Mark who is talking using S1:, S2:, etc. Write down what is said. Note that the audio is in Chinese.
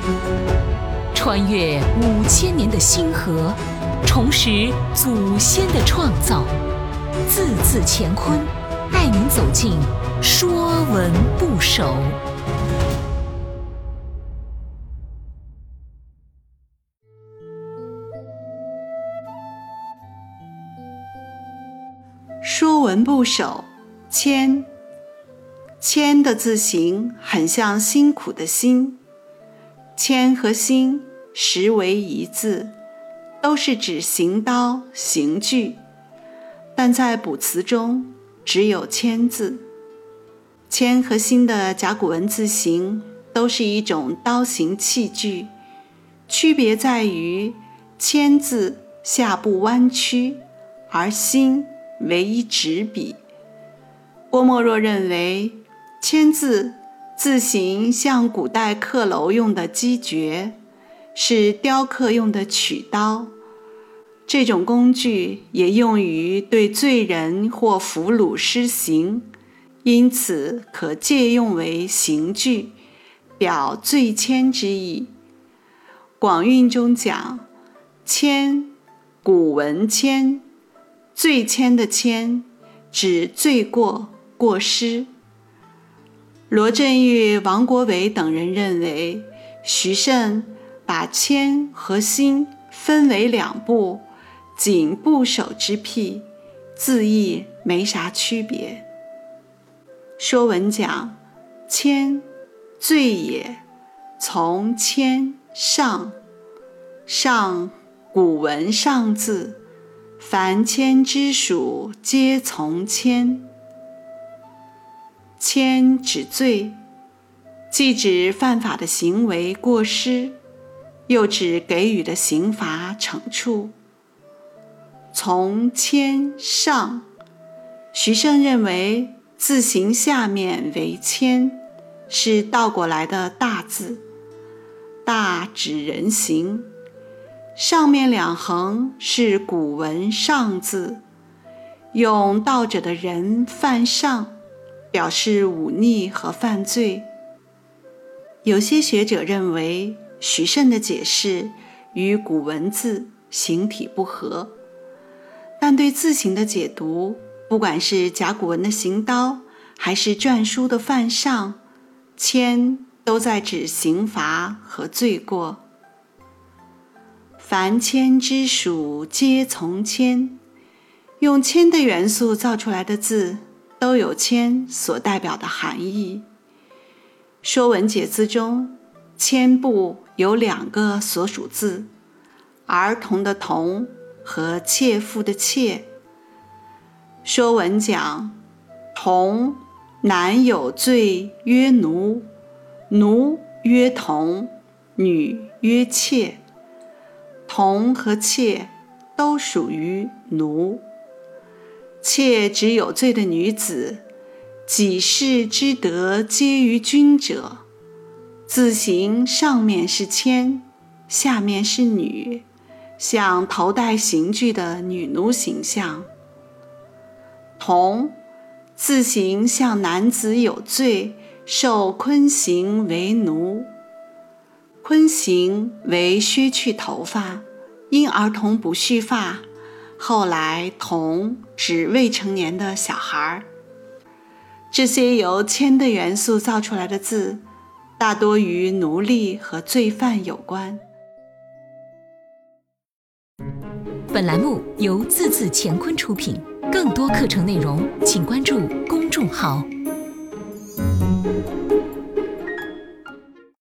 S1: 穿越5000年的星河，重拾祖先的创造，字字乾坤，带您走进《说文不首》。
S2: 说文部首，谦。谦的字形很像辛苦的辛，谦和辛实为一字，都是指行刀、刑具，但在卜辞中只有谦字。谦和辛的甲骨文字形都是一种刀形器具，区别在于谦字下部弯曲，而辛为一直笔。郭沫若认为谦字字形像古代刻楼用的击橛，是雕刻用的曲刀，这种工具也用于对罪人或俘虏施刑，因此可借用为刑具，表罪愆之意。广韵中讲愆，古文愆，罪愆的愆指罪过、过失。罗振玉、王国维等人认为，徐慎把谦和辛分为两部，仅部首之辟，字义没啥区别。说文讲谦，罪也，从谦上，上古文上字，凡谦之属皆从谦。谦指罪，既指犯法的行为过失，又指给予的刑罚惩处。从谦上，徐慎认为字形下面为谦，是倒过来的大字，大指人形，上面两横是古文上字，用倒着的人犯上，表示忤逆和犯罪。有些学者认为徐慎的解释与古文字形体不合，但对字形的解读，不管是甲骨文的行刀，还是篆书的犯上，谦都在指刑罚和罪过。凡谦之属皆从谦，用谦的元素造出来的字都有谦所代表的含义。说文解字中，谦部有2个所属字，儿童的童和妾妇的妾。说文讲童，男有罪曰奴，奴曰童，女曰妾。童和妾都属于奴。妾指有罪的女子，己世之德皆于君者。字形上面是谦，下面是女，像头戴刑具的女奴形象。童，字形像男子有罪，受坤刑为奴。坤刑为削去头发，因儿童不蓄发，后来童指未成年的小孩。这些由谦的元素造出来的字，大多与奴隶和罪犯有关。
S1: 本栏目由字字乾坤出品，更多课程内容请关注公众号